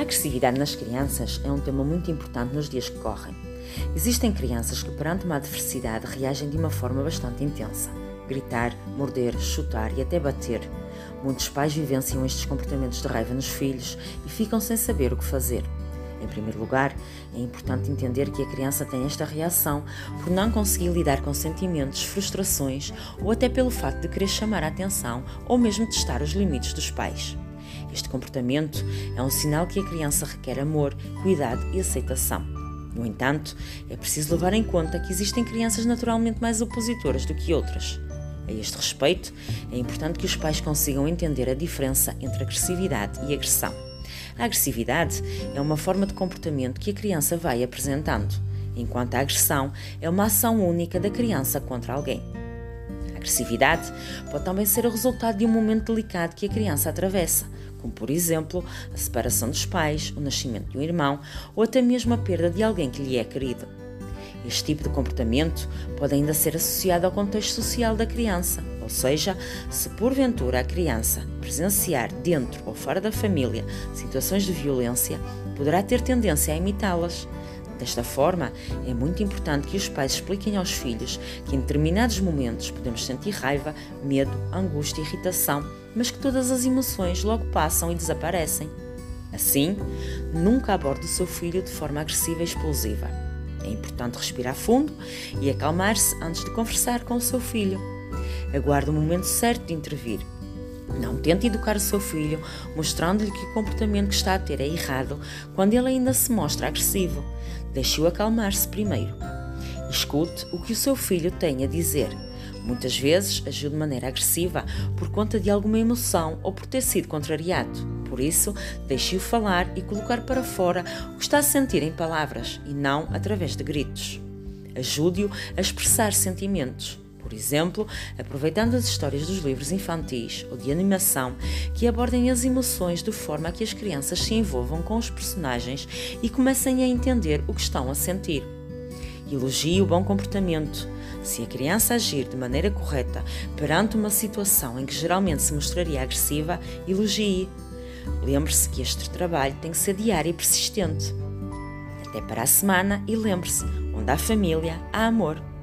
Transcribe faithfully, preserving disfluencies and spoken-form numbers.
agressividade nas crianças é um tema muito importante nos dias que correm. Existem crianças que, perante uma adversidade, reagem de uma forma bastante intensa. Gritar, morder, chutar e até bater. Muitos pais vivenciam estes comportamentos de raiva nos filhos e ficam sem saber o que fazer. Em primeiro lugar, é importante entender que a criança tem esta reação por não conseguir lidar com sentimentos, frustrações ou até pelo facto de querer chamar a atenção ou mesmo testar os limites dos pais. Este comportamento é um sinal que a criança requer amor, cuidado e aceitação. No entanto, é preciso levar em conta que existem crianças naturalmente mais opositoras do que outras. A este respeito, é importante que os pais consigam entender a diferença entre agressividade e agressão. A agressividade é uma forma de comportamento que a criança vai apresentando, enquanto a agressão é uma ação única da criança contra alguém. A agressividade pode também ser o resultado de um momento delicado que a criança atravessa, como por exemplo a separação dos pais, o nascimento de um irmão ou até mesmo a perda de alguém que lhe é querido. Este tipo de comportamento pode ainda ser associado ao contexto social da criança, ou seja, se porventura a criança presenciar dentro ou fora da família situações de violência, poderá ter tendência a imitá-las. Desta forma, é muito importante que os pais expliquem aos filhos que em determinados momentos podemos sentir raiva, medo, angústia e irritação, mas que todas as emoções logo passam e desaparecem. Assim, nunca aborde o seu filho de forma agressiva e explosiva. É importante respirar fundo e acalmar-se antes de conversar com o seu filho. Aguarde o momento certo de intervir. Não tente educar o seu filho, mostrando-lhe que o comportamento que está a ter é errado quando ele ainda se mostra agressivo. Deixe-o acalmar-se primeiro. Escute o que o seu filho tem a dizer. Muitas vezes agiu de maneira agressiva por conta de alguma emoção ou por ter sido contrariado. Por isso, deixe-o falar e colocar para fora o que está a sentir em palavras e não através de gritos. Ajude-o a expressar sentimentos. Por exemplo, aproveitando as histórias dos livros infantis ou de animação que abordem as emoções de forma a que as crianças se envolvam com os personagens e comecem a entender o que estão a sentir. Elogie o bom comportamento. Se a criança agir de maneira correta perante uma situação em que geralmente se mostraria agressiva, elogie. Lembre-se que este trabalho tem que ser diário e persistente. Até para a semana e lembre-se, onde há família, há amor.